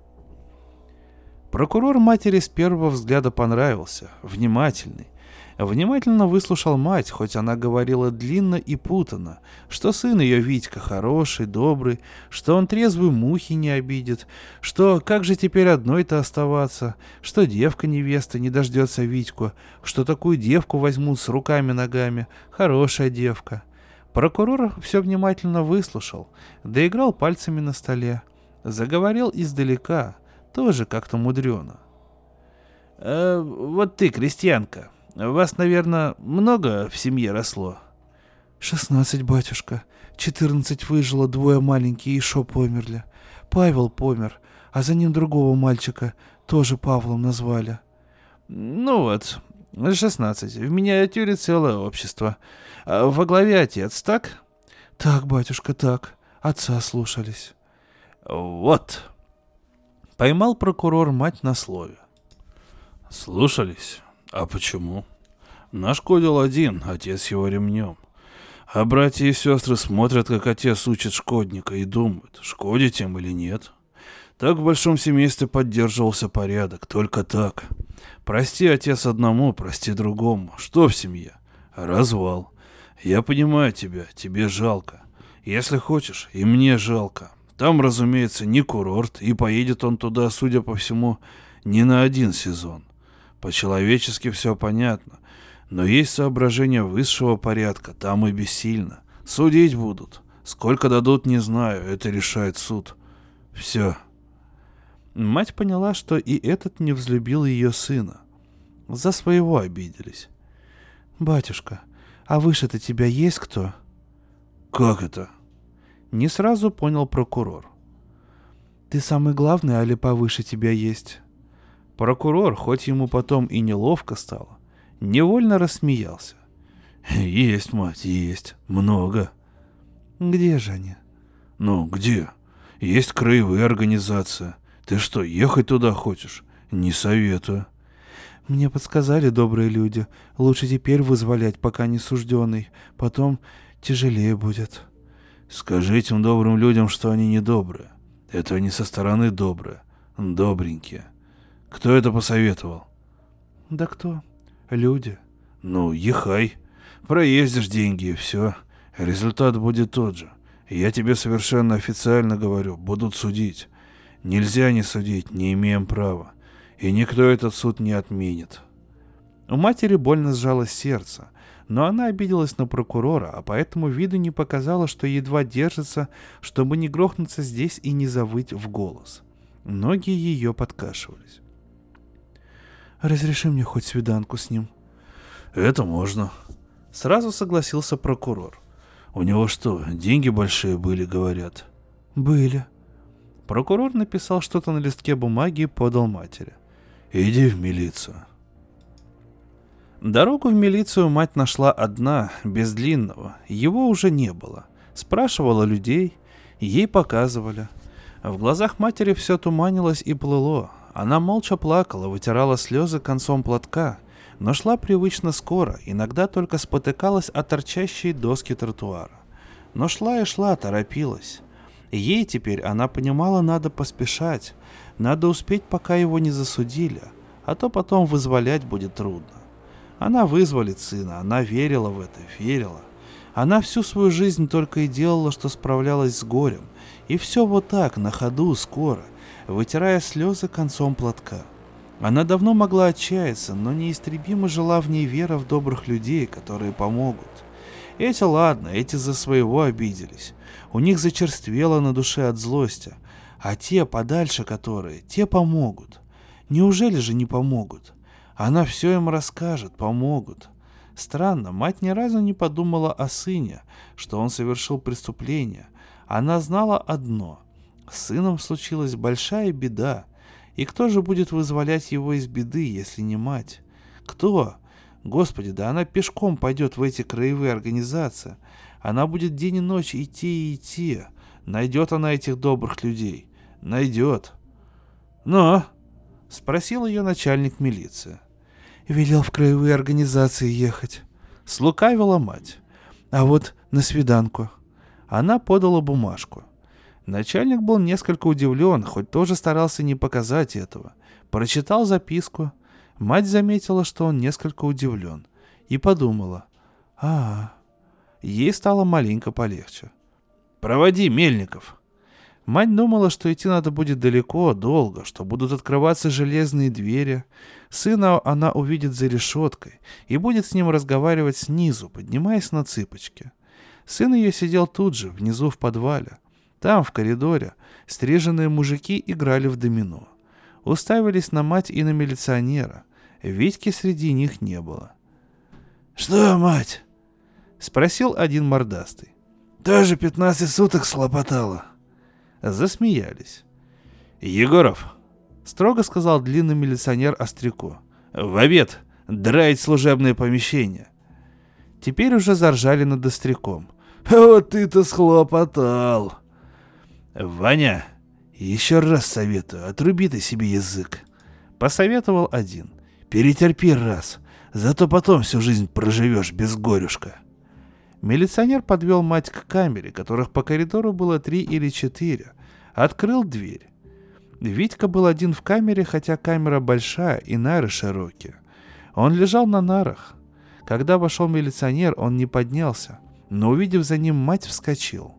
Прокурор матери с первого взгляда понравился, внимательный. Внимательно выслушал мать, хоть она говорила длинно и путанно, что сын ее Витька хороший, добрый, что он трезвую мухи не обидит, что как же теперь одной-то оставаться, что девка-невеста не дождется Витьку, что такую девку возьмут с руками-ногами, хорошая девка. Прокурор все внимательно выслушал, доиграл пальцами на столе, заговорил издалека, тоже как-то мудрено. «Вот ты, крестьянка, вас, наверное, много в семье росло?» 16, батюшка. 14 выжило, 2 маленькие еще померли. Павел помер, а за ним другого мальчика тоже Павлом назвали». «Ну вот, 16. В миниатюре целое общество. А во главе отец, так?» «Так, батюшка, так. Отца слушались». «Вот». Поймал прокурор мать на слове. «Слушались? А почему? Наш Кодил один, отец его ремнем. А братья и сестры смотрят, как отец учит шкодника, и думают, шкодить им или нет. Так в большом семействе поддерживался порядок, только так. Прости, отец, одному, прости другому. Что в семье? Развал. Я понимаю тебя, тебе жалко. Если хочешь, и мне жалко. Там, разумеется, не курорт, и поедет он туда, судя по всему, не на один сезон. По-человечески все понятно. Но есть соображения высшего порядка, там и бессильно. Судить будут. Сколько дадут, не знаю, это решает суд. Все». Мать поняла, что и этот не взлюбил ее сына. За своего обиделись. «Батюшка, а выше-то тебя есть кто?» «Как это?» Не сразу понял прокурор. «Ты самый главный, али повыше тебя есть?» Прокурор, хоть ему потом и неловко стало, невольно рассмеялся. «Есть, мать, есть. Много». «Где же они?» «Ну, где? Есть краевые организации. Ты что, ехать туда хочешь? Не советую». «Мне подсказали добрые люди. Лучше теперь вызволять, пока не сужденный. Потом тяжелее будет». «Скажи этим добрым людям, что они не добрые. Это они со стороны добрые, добренькие. Кто это посоветовал?» «Да кто? Люди». «Ну, ехай. Проездишь деньги и все. Результат будет тот же. Я тебе совершенно официально говорю, будут судить. Нельзя не судить, не имеем права. И никто этот суд не отменит». У матери больно сжалось сердце, но она обиделась на прокурора, а поэтому виду не показала, что едва держится, чтобы не грохнуться здесь и не завыть в голос. Ноги ее подкашивались. Разреши мне хоть свиданку с ним. Это можно. Сразу согласился прокурор. У него что, деньги большие были, говорят? Были. Прокурор написал что-то на листке бумаги и подал матери. Иди в милицию. Дорогу в милицию мать нашла одна, без длинного. Его уже не было. Спрашивала людей, ей показывали. В глазах матери все туманилось и плыло. Она молча плакала, вытирала слезы концом платка, но шла привычно скоро, иногда только спотыкалась о торчащие доски тротуара. Но шла и шла, торопилась. Ей теперь, она понимала, надо поспешать, надо успеть, пока его не засудили, а то потом вызволять будет трудно. Она вызволит сына, она верила в это, верила. Она всю свою жизнь только и делала, что справлялась с горем, и все вот так, на ходу, скоро, вытирая слезы концом платка. Она давно могла отчаяться, но неистребимо жила в ней вера в добрых людей, которые помогут. Эти, ладно, эти за своего обиделись. У них зачерствело на душе от злости. А те, подальше которые, те помогут. Неужели же не помогут? Она все им расскажет, помогут. Странно, мать ни разу не подумала о сыне, что он совершил преступление. Она знала одно. С сыном случилась большая беда. И кто же будет вызволять его из беды, если не мать? Кто? Господи, да она пешком пойдет в эти краевые организации. Она будет день и ночь идти и идти. Найдет она этих добрых людей. Найдет. Но? Спросил ее начальник милиции. Велел в краевые организации ехать. Слукавила мать. А вот на свиданку. Она подала бумажку. Начальник был несколько удивлен, хоть тоже старался не показать этого. Прочитал записку. Мать заметила, что он несколько удивлен. И подумала. Ей стало маленько полегче. «Проводи, Мельников!» Мать думала, что идти надо будет далеко, долго, что будут открываться железные двери. Сына она увидит за решеткой и будет с ним разговаривать снизу, поднимаясь на цыпочки. Сын ее сидел тут же, внизу в подвале. Там, в коридоре, стриженные мужики играли в домино. Уставились на мать и на милиционера. Витьки среди них не было. «Что, мать?» — спросил один мордастый. «Тоже 15 суток слопотала». Засмеялись. «Егоров!» — строго сказал длинный милиционер Остряку. «В обед! Драить служебное помещение!» Теперь уже заржали над Остряком. «Вот ты-то схлопотал!» «Ваня, еще раз советую, отруби ты себе язык!» — посоветовал один. «Перетерпи раз, зато потом всю жизнь проживешь без горюшка». Милиционер подвел мать к камере, которых по коридору было 3 или 4. Открыл дверь. Витька был один в камере, хотя камера большая и нары широкие. Он лежал на нарах. Когда вошел милиционер, он не поднялся, но, увидев за ним мать, вскочил.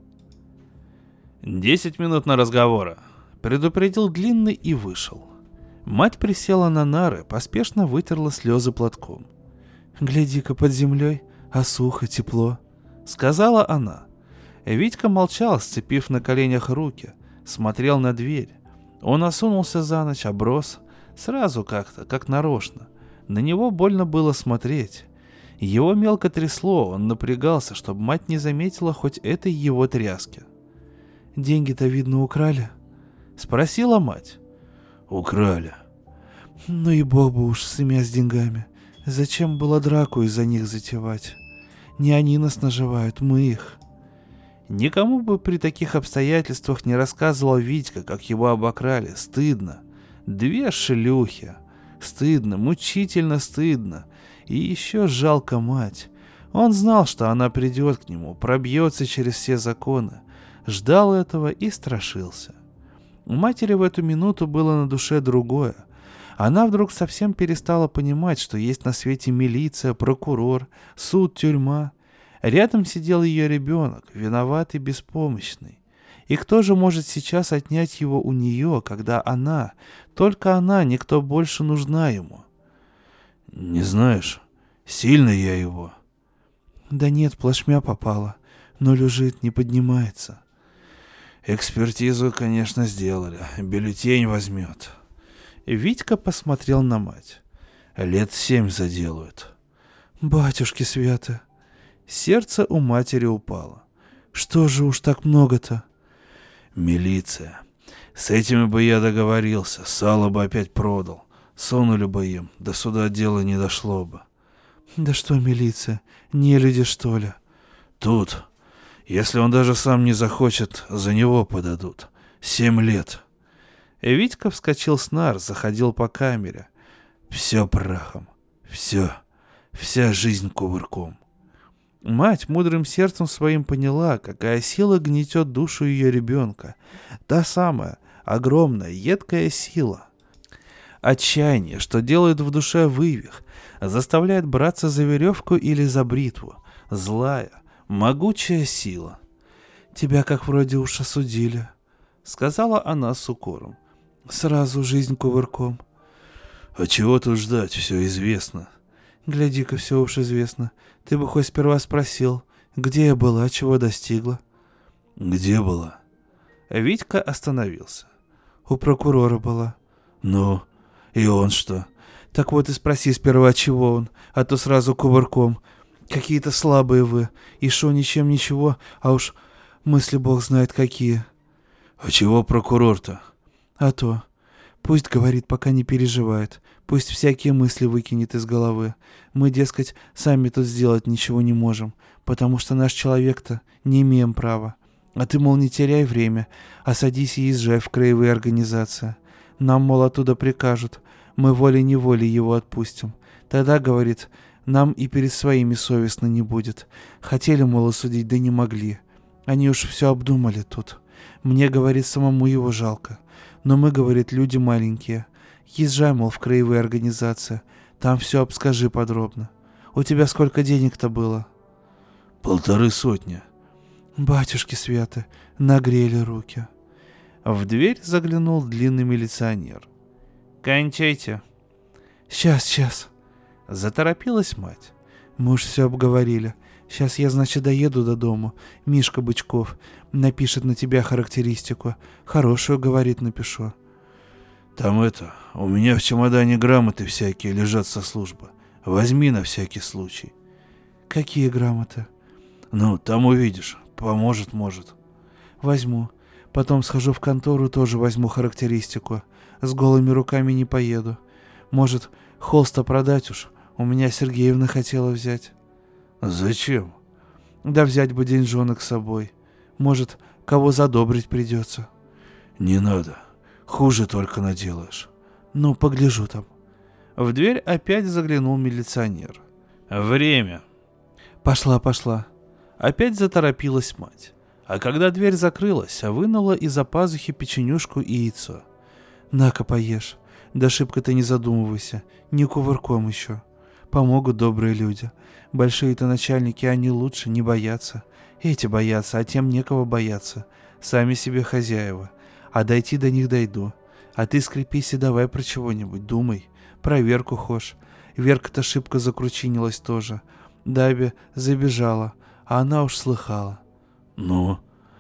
10 минут на разговоры, предупредил длинный и вышел. Мать присела на нары, поспешно вытерла слезы платком. «Гляди-ка, под землей, а сухо, тепло», — сказала она. Витька молчал, сцепив на коленях руки, смотрел на дверь. Он осунулся за ночь, оброс, сразу как-то, как нарочно. На него больно было смотреть. Его мелко трясло, он напрягался, чтобы мать не заметила хоть этой его тряски. «Деньги-то, видно, украли?» — спросила мать. «Украли». «Ну и бог бы уж с ими, с деньгами. Зачем было драку из-за них затевать? Не они нас наживают, мы их». Никому бы при таких обстоятельствах не рассказывал Витька, как его обокрали. Стыдно. 2 шлюхи. Стыдно, мучительно стыдно. И еще жалко мать. Он знал, что она придет к нему, пробьется через все законы. Ждал этого и страшился. У матери в эту минуту было на душе другое. Она вдруг совсем перестала понимать, что есть на свете милиция, прокурор, суд, тюрьма. Рядом сидел ее ребенок, виноватый, беспомощный. И кто же может сейчас отнять его у нее, когда она, только она, никто больше нужна ему? «Не знаешь, сильно я его». «Да нет, плашмя попала, но лежит, не поднимается». «Экспертизу, конечно, сделали, бюллетень возьмет». Витька посмотрел на мать. Лет 7 заделают. Батюшки святы. Сердце у матери упало. Что же уж так много-то? Милиция. С этими бы я договорился, сало бы опять продал. Сунули бы им, до суда дело не дошло бы. Да что милиция, не люди что ли? Тут, если он даже сам не захочет, за него подадут. 7 лет. Витька вскочил с нар, заходил по камере. Все прахом, все, вся жизнь кувырком. Мать мудрым сердцем своим поняла, какая сила гнетет душу ее ребенка. Та самая, огромная, едкая сила. Отчаяние, что делает в душе вывих, заставляет браться за веревку или за бритву. Злая, могучая сила. «Тебя как вроде уж осудили», — сказала она с укором. «Сразу жизнь кувырком». А чего тут ждать, все известно. Гляди-ка, все уж известно. Ты бы хоть сперва спросил, где я была, чего достигла. Где была? Витька остановился. У прокурора была. Ну, и он что? Так вот и спроси сперва, чего он, а то сразу кувырком. Какие-то слабые вы, и шо ничем ничего, а уж мысли бог знает какие. А чего прокурор-то? А то. Пусть говорит, пока не переживает. Пусть всякие мысли выкинет из головы. Мы, дескать, сами тут сделать ничего не можем, потому что наш человек-то не имеем права. А ты, мол, не теряй время, а садись и езжай в краевые организации. Нам, мол, оттуда прикажут. Мы волей-неволей его отпустим. Тогда, говорит, нам и перед своими совестно не будет. Хотели, мол, осудить, да не могли. Они уж все обдумали тут. Мне, говорит, самому его жалко. Но мы, говорит, люди маленькие. Езжай, мол, в краевые организации. Там все обскажи подробно. У тебя сколько денег-то было? 150. Батюшки святы, нагрели руки. В дверь заглянул длинный милиционер. «Кончайте». «Сейчас». Заторопилась мать. «Мы уж все обговорили. Сейчас я, значит, доеду до дому. Мишка Бычков напишет на тебя характеристику. Хорошую, говорит, напишу». Там у меня в чемодане грамоты всякие лежат со службы. Возьми на всякий случай. Какие грамоты? Ну, там увидишь. Поможет, может. Возьму. Потом схожу в контору, тоже возьму характеристику. С голыми руками не поеду. Может, холста продать уж? У меня Сергеевна хотела взять. Зачем? Да взять бы деньжонок с собой. Может, кого задобрить придется. Не надо. Хуже только наделаешь. Ну, погляжу там. В дверь опять заглянул милиционер. Время. Пошла. Опять заторопилась мать. А когда дверь закрылась, вынула из-за пазухи печенюшку и яйцо. На-ка, поешь. Да шибко ты не задумывайся. Не кувырком еще. Помогут добрые люди. Большие-то начальники, они лучше, не боятся. Эти боятся, а тем некого бояться. Сами себе хозяева. А дойти до них дойду. А ты скрепись и давай про чего-нибудь, думай. Про Верку хошь. Верка-то шибко закручинилась тоже. Дабе забежала, а она уж слыхала. Ну?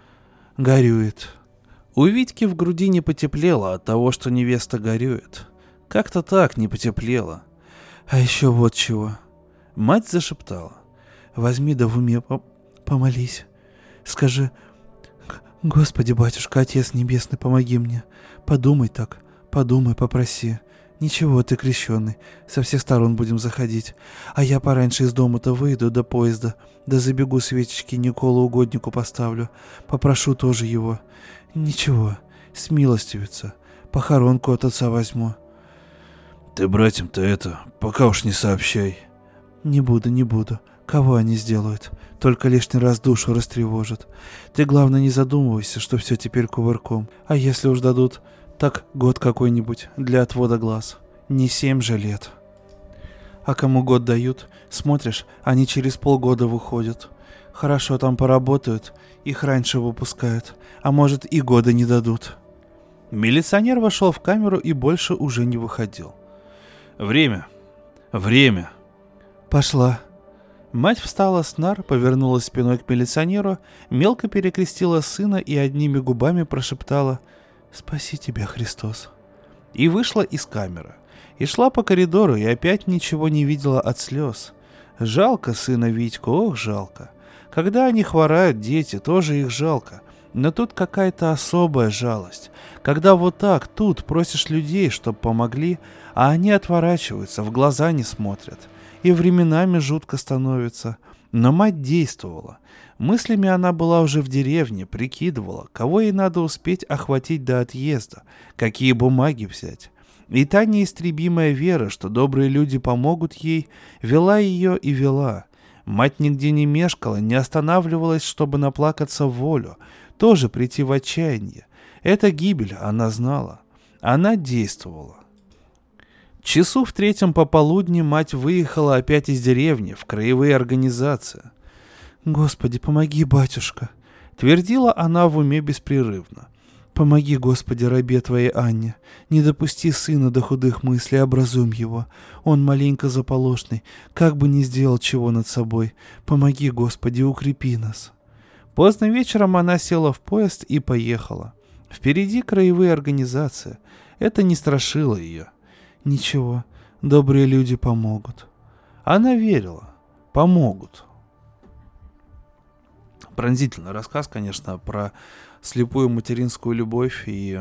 Горюет. У Витьки в груди не потеплело от того, что невеста горюет. Как-то так не потеплело. А еще вот чего. Мать зашептала. Возьми да в уме помолись. Скажи: Господи, батюшка, Отец Небесный, помоги мне. Подумай так, попроси. Ничего, ты крещеный, со всех сторон будем заходить. А я пораньше из дома-то выйду до поезда, да забегу свечечки Николу угоднику поставлю. Попрошу тоже его. Ничего, смилостивится. Похоронку от отца возьму. Ты братьям-то пока уж не сообщай. Не буду. Кого они сделают? Только лишний раз душу растревожат. Ты, главное, не задумывайся, что все теперь кувырком. А если уж дадут, так год какой-нибудь для отвода глаз. Не 7 же лет. А кому год дают, смотришь, они через полгода выходят. Хорошо там поработают, их раньше выпускают, а может и года не дадут. Милиционер вошел в камеру и больше уже не выходил. Время. Пошла. Мать встала с нар, повернулась спиной к милиционеру, мелко перекрестила сына и одними губами прошептала: «Спаси тебя, Христос!» И вышла из камеры. И шла по коридору, и опять ничего не видела от слез. Жалко сына Витьку, ох, жалко. Когда они хворают, дети, тоже их жалко. Но тут какая-то особая жалость. Когда вот так, тут просишь людей, чтобы помогли, а они отворачиваются, в глаза не смотрят. И временами жутко становится. Но мать действовала. Мыслями она была уже в деревне, прикидывала, кого ей надо успеть охватить до отъезда, какие бумаги взять. И та неистребимая вера, что добрые люди помогут ей, вела ее и вела. Мать нигде не мешкала, не останавливалась, чтобы наплакаться в волю, тоже прийти в отчаяние. Это гибель, она знала. Она действовала. Часу в 3 пополудни мать выехала опять из деревни в краевые организации. «Господи, помоги, батюшка!» — твердила она в уме беспрерывно. «Помоги, Господи, рабе Твоей Анне. Не допусти сына до худых мыслей, образуем его. Он маленько заполошный, как бы ни сделал чего над собой. Помоги, Господи, укрепи нас». Поздно вечером она села в поезд и поехала. Впереди краевые организации. Это не страшило ее. Ничего, добрые люди помогут. Она верила. Помогут. Пронзительный рассказ, конечно, про слепую материнскую любовь и,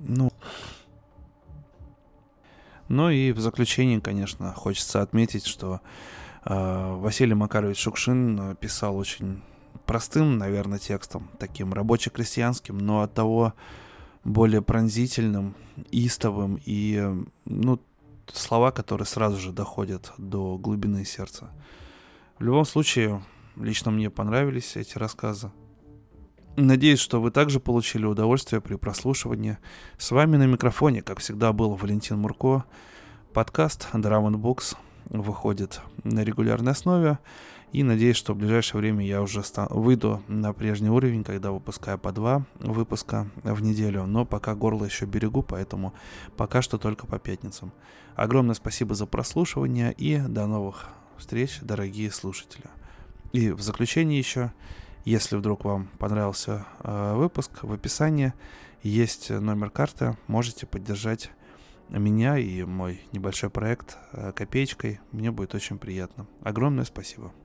ну и в заключение, конечно, хочется отметить, что Василий Макарович Шукшин писал очень простым, наверное, текстом, таким рабоче-крестьянским, но оттого более пронзительным, истовым и, слова, которые сразу же доходят до глубины сердца. В любом случае, лично мне понравились эти рассказы. Надеюсь, что вы также получили удовольствие при прослушивании. С вами на микрофоне, как всегда, был Валентин Мурко. Подкаст Drum and Books выходит на регулярной основе. И надеюсь, что в ближайшее время я уже выйду на прежний уровень, когда выпускаю по 2 выпуска в неделю. Но пока горло еще берегу, поэтому пока что только по пятницам. Огромное спасибо за прослушивание и до новых встреч, дорогие слушатели. И в заключение еще, если вдруг вам понравился выпуск, в описании есть номер карты, можете поддержать меня и мой небольшой проект копеечкой, мне будет очень приятно. Огромное спасибо.